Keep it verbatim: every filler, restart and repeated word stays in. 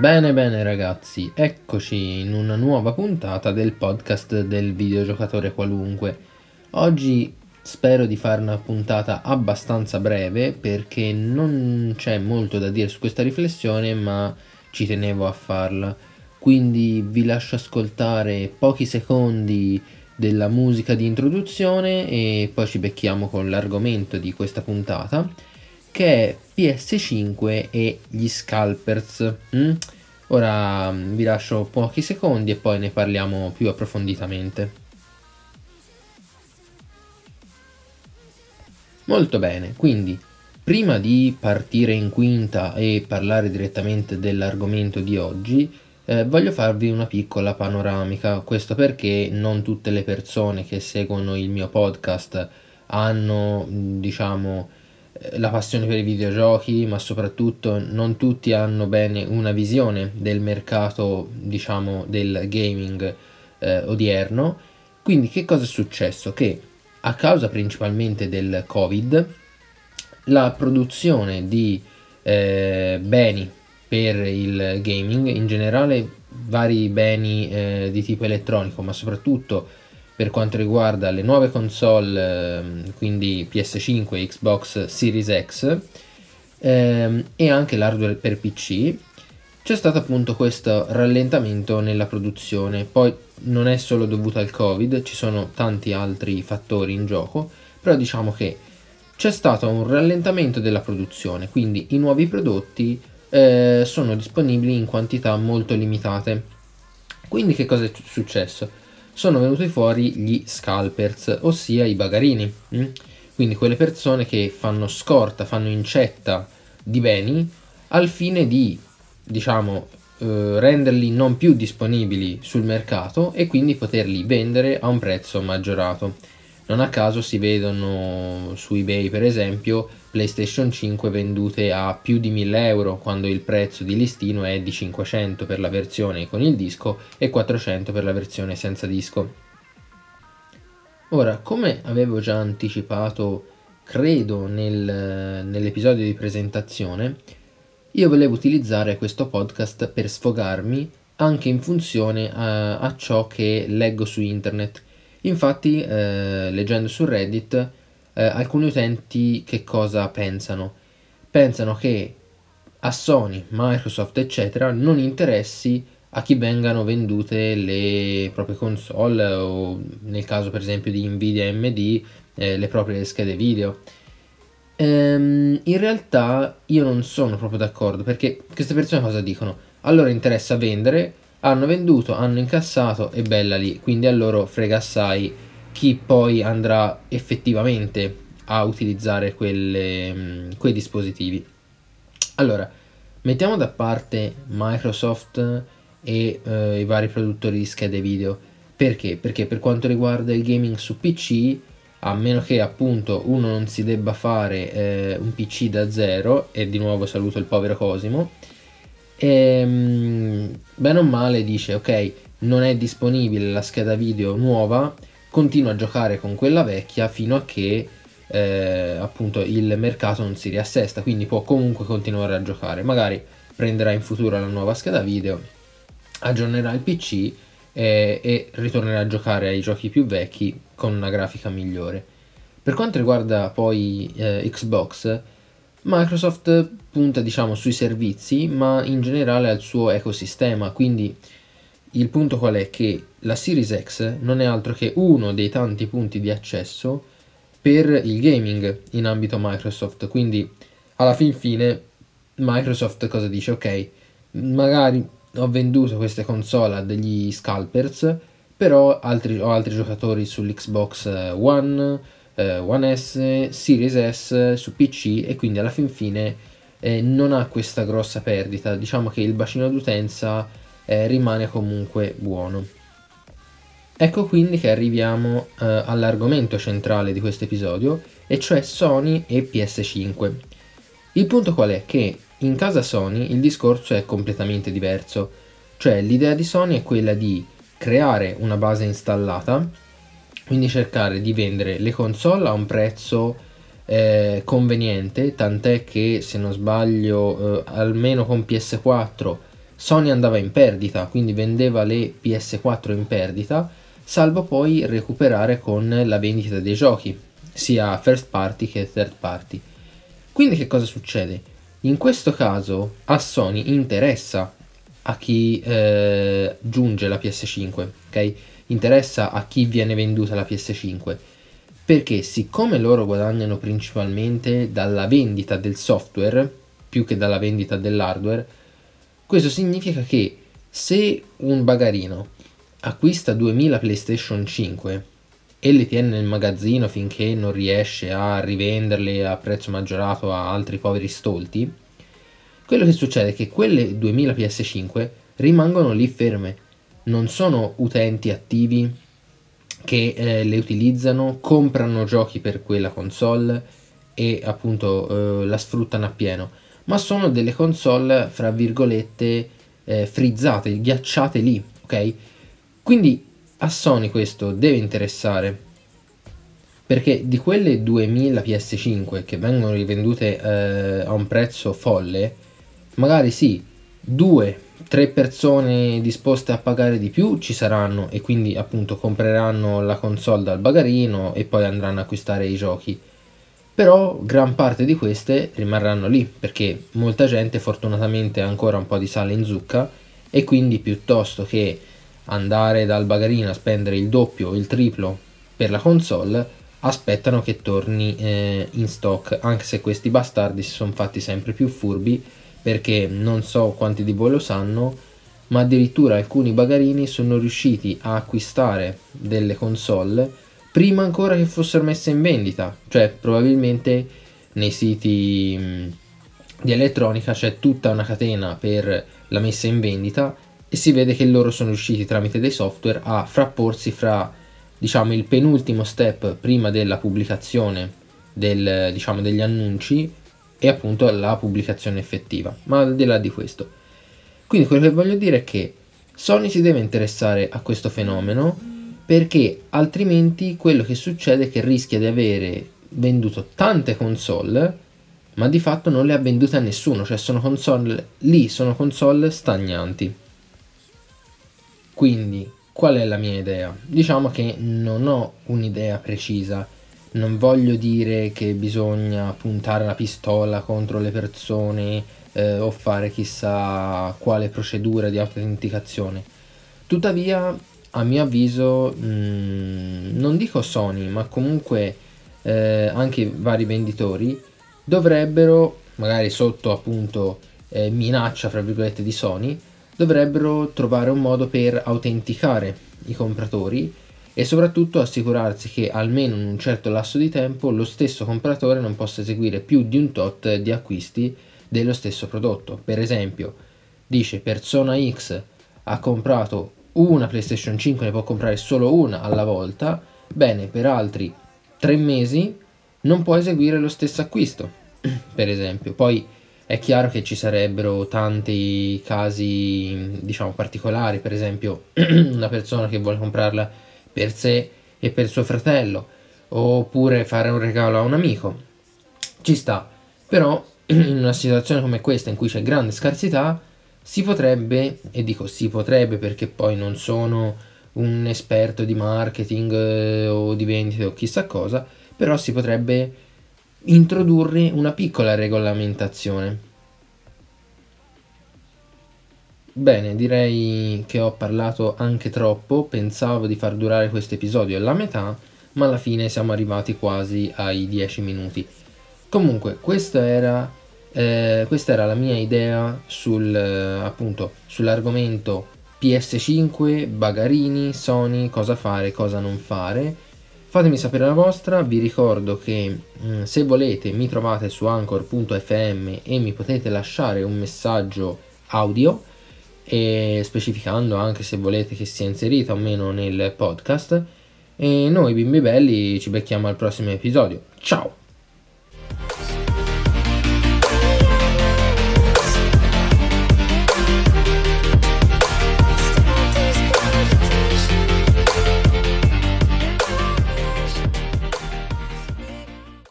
Bene bene ragazzi, eccoci in una nuova puntata del podcast del videogiocatore qualunque. Oggi spero di fare una puntata abbastanza breve perché non c'è molto da dire su questa riflessione, ma ci tenevo a farla. Quindi vi lascio ascoltare pochi secondi della musica di introduzione e poi ci becchiamo con l'argomento di questa puntata, che è P S cinque e gli scalpers. mm? Ora mm, vi lascio pochi secondi e poi ne parliamo più approfonditamente. Molto bene, quindi prima di partire in quinta e parlare direttamente dell'argomento di oggi, eh, voglio farvi una piccola panoramica. Questo perché non tutte le persone che seguono il mio podcast hanno, mh, diciamo, eh, la passione per i videogiochi, ma soprattutto non tutti hanno bene una visione del mercato, diciamo, del gaming eh, odierno. Quindi che cosa è successo? Che a causa principalmente del Covid, la produzione di eh, beni per il gaming, in generale vari beni eh, di tipo elettronico, ma soprattutto per quanto riguarda le nuove console, ehm, quindi P S cinque e Xbox Series X, ehm, e anche l'hardware per P C, c'è stato appunto questo rallentamento nella produzione. Poi non è solo dovuto al Covid, ci sono tanti altri fattori in gioco, però diciamo che c'è stato un rallentamento della produzione, quindi i nuovi prodotti eh, sono disponibili in quantità molto limitate. Quindi che cosa è successo? Sono venuti fuori gli scalpers, ossia i bagarini. mm? Quindi quelle persone che fanno scorta, fanno incetta di beni al fine di, diciamo, eh, renderli non più disponibili sul mercato e quindi poterli vendere a un prezzo maggiorato. Non a caso si vedono su eBay, per esempio, PlayStation cinque vendute a più di mille euro, quando il prezzo di listino è di cinquecento per la versione con il disco e quattrocento per la versione senza disco. Ora, come avevo già anticipato, credo nel, nell'episodio di presentazione, io volevo utilizzare questo podcast per sfogarmi anche in funzione a, a ciò che leggo su internet. Infatti, eh, leggendo su Reddit, eh, alcuni utenti che cosa pensano? Pensano che a Sony, Microsoft, eccetera, non interessi a chi vengano vendute le proprie console o, nel caso per esempio di Nvidia e A M D, eh, le proprie schede video. Ehm, in realtà io non sono proprio d'accordo, perché queste persone cosa dicono? A loro interessa vendere, hanno venduto, hanno incassato e bella lì, quindi a loro frega assai chi poi andrà effettivamente a utilizzare quelle, mm, quei dispositivi. Allora, mettiamo da parte Microsoft e eh, i vari produttori di schede video. Perché? Perché per quanto riguarda il gaming su P C, a meno che appunto uno non si debba fare eh, un P C da zero, e di nuovo saluto il povero Cosimo, ehm, bene o male dice ok, non è disponibile la scheda video nuova, continua a giocare con quella vecchia fino a che eh, appunto il mercato non si riassesta, quindi può comunque continuare a giocare. Magari prenderà in futuro la nuova scheda video, aggiornerà il P C eh, e ritornerà a giocare ai giochi più vecchi con una grafica migliore. Per quanto riguarda poi eh, Xbox, Microsoft punta diciamo sui servizi, ma in generale al suo ecosistema, quindi il punto qual è? Che la Series X non è altro che uno dei tanti punti di accesso per il gaming in ambito Microsoft, quindi alla fin fine Microsoft cosa dice? Ok, magari ho venduto queste console a degli scalpers, però altri, ho altri giocatori sull'Xbox One, eh, One S, Series S, su P C, e quindi alla fin fine eh, non ha questa grossa perdita. Diciamo che il bacino d'utenza eh, rimane comunque buono. Ecco quindi che arriviamo eh, all'argomento centrale di questo episodio, e cioè Sony e P S cinque. Il punto qual è? Che in casa Sony il discorso è completamente diverso, cioè l'idea di Sony è quella di creare una base installata, quindi cercare di vendere le console a un prezzo eh, conveniente, tant'è che se non sbaglio eh, almeno con P S quattro Sony andava in perdita, quindi vendeva le P S quattro in perdita, salvo poi recuperare con la vendita dei giochi, sia first party che third party. Quindi che cosa succede? In questo caso a Sony interessa a chi eh, giunge la P S cinque, ok? Interessa a chi viene venduta la P S cinque, perché siccome loro guadagnano principalmente dalla vendita del software più che dalla vendita dell'hardware, questo significa che se un bagarino acquista duemila PlayStation cinque e le tiene nel magazzino finché non riesce a rivenderle a prezzo maggiorato a altri poveri stolti, quello che succede è che quelle duemila P S cinque rimangono lì ferme, non sono utenti attivi che eh, le utilizzano, comprano giochi per quella console e appunto eh, la sfruttano appieno, ma sono delle console fra virgolette eh, frizzate, ghiacciate lì, ok? Quindi a Sony questo deve interessare, perché di quelle duemila P S cinque che vengono rivendute eh, a un prezzo folle, magari sì, due, tre persone disposte a pagare di più ci saranno e quindi appunto compreranno la console dal bagarino e poi andranno a acquistare i giochi. Però gran parte di queste rimarranno lì perché molta gente fortunatamente ha ancora un po' di sale in zucca e quindi piuttosto che andare dal bagarino a spendere il doppio o il triplo per la console aspettano che torni eh, in stock, anche se questi bastardi si sono fatti sempre più furbi, perché non so quanti di voi lo sanno, ma addirittura alcuni bagarini sono riusciti a acquistare delle console prima ancora che fossero messe in vendita. Cioè probabilmente nei siti mh, di elettronica c'è tutta una catena per la messa in vendita e si vede che loro sono riusciti tramite dei software a frapporsi fra, diciamo, il penultimo step prima della pubblicazione del, diciamo, degli annunci e appunto la pubblicazione effettiva. Ma al di là di questo, quindi quello che voglio dire è che Sony si deve interessare a questo fenomeno, perché altrimenti quello che succede è che rischia di avere venduto tante console ma di fatto non le ha vendute a nessuno, cioè sono console lì, sono console stagnanti. Quindi qual è la mia idea? Diciamo che non ho un'idea precisa, non voglio dire che bisogna puntare la pistola contro le persone eh, o fare chissà quale procedura di autenticazione. Tuttavia, a mio avviso, mh, non dico Sony, ma comunque eh, anche vari venditori dovrebbero, magari sotto appunto eh, minaccia fra virgolette di Sony, dovrebbero trovare un modo per autenticare i compratori e soprattutto assicurarsi che almeno in un certo lasso di tempo lo stesso compratore non possa eseguire più di un tot di acquisti dello stesso prodotto. Per esempio, dice persona X ha comprato una PlayStation cinque, ne può comprare solo una alla volta, bene, per altri tre mesi non può eseguire lo stesso acquisto, per esempio. Poi è chiaro che ci sarebbero tanti casi, diciamo, particolari, per esempio una persona che vuole comprarla per sé e per suo fratello, oppure fare un regalo a un amico, ci sta. Però in una situazione come questa in cui c'è grande scarsità si potrebbe, e dico si potrebbe perché poi non sono un esperto di marketing eh, o di vendite o chissà cosa, però si potrebbe introdurre una piccola regolamentazione. Bene, direi che ho parlato anche troppo, pensavo di far durare questo episodio alla metà, ma alla fine siamo arrivati quasi ai dieci minuti. Comunque, questa era, eh, questa era la mia idea sul, eh, appunto, sull'argomento P S cinque, bagarini, Sony, cosa fare, cosa non fare. Fatemi sapere la vostra, vi ricordo che mh, se volete mi trovate su anchor punto effe emme e mi potete lasciare un messaggio audio e specificando anche se volete che sia inserita o meno nel podcast. E noi bimbi belli ci becchiamo al prossimo episodio. Ciao!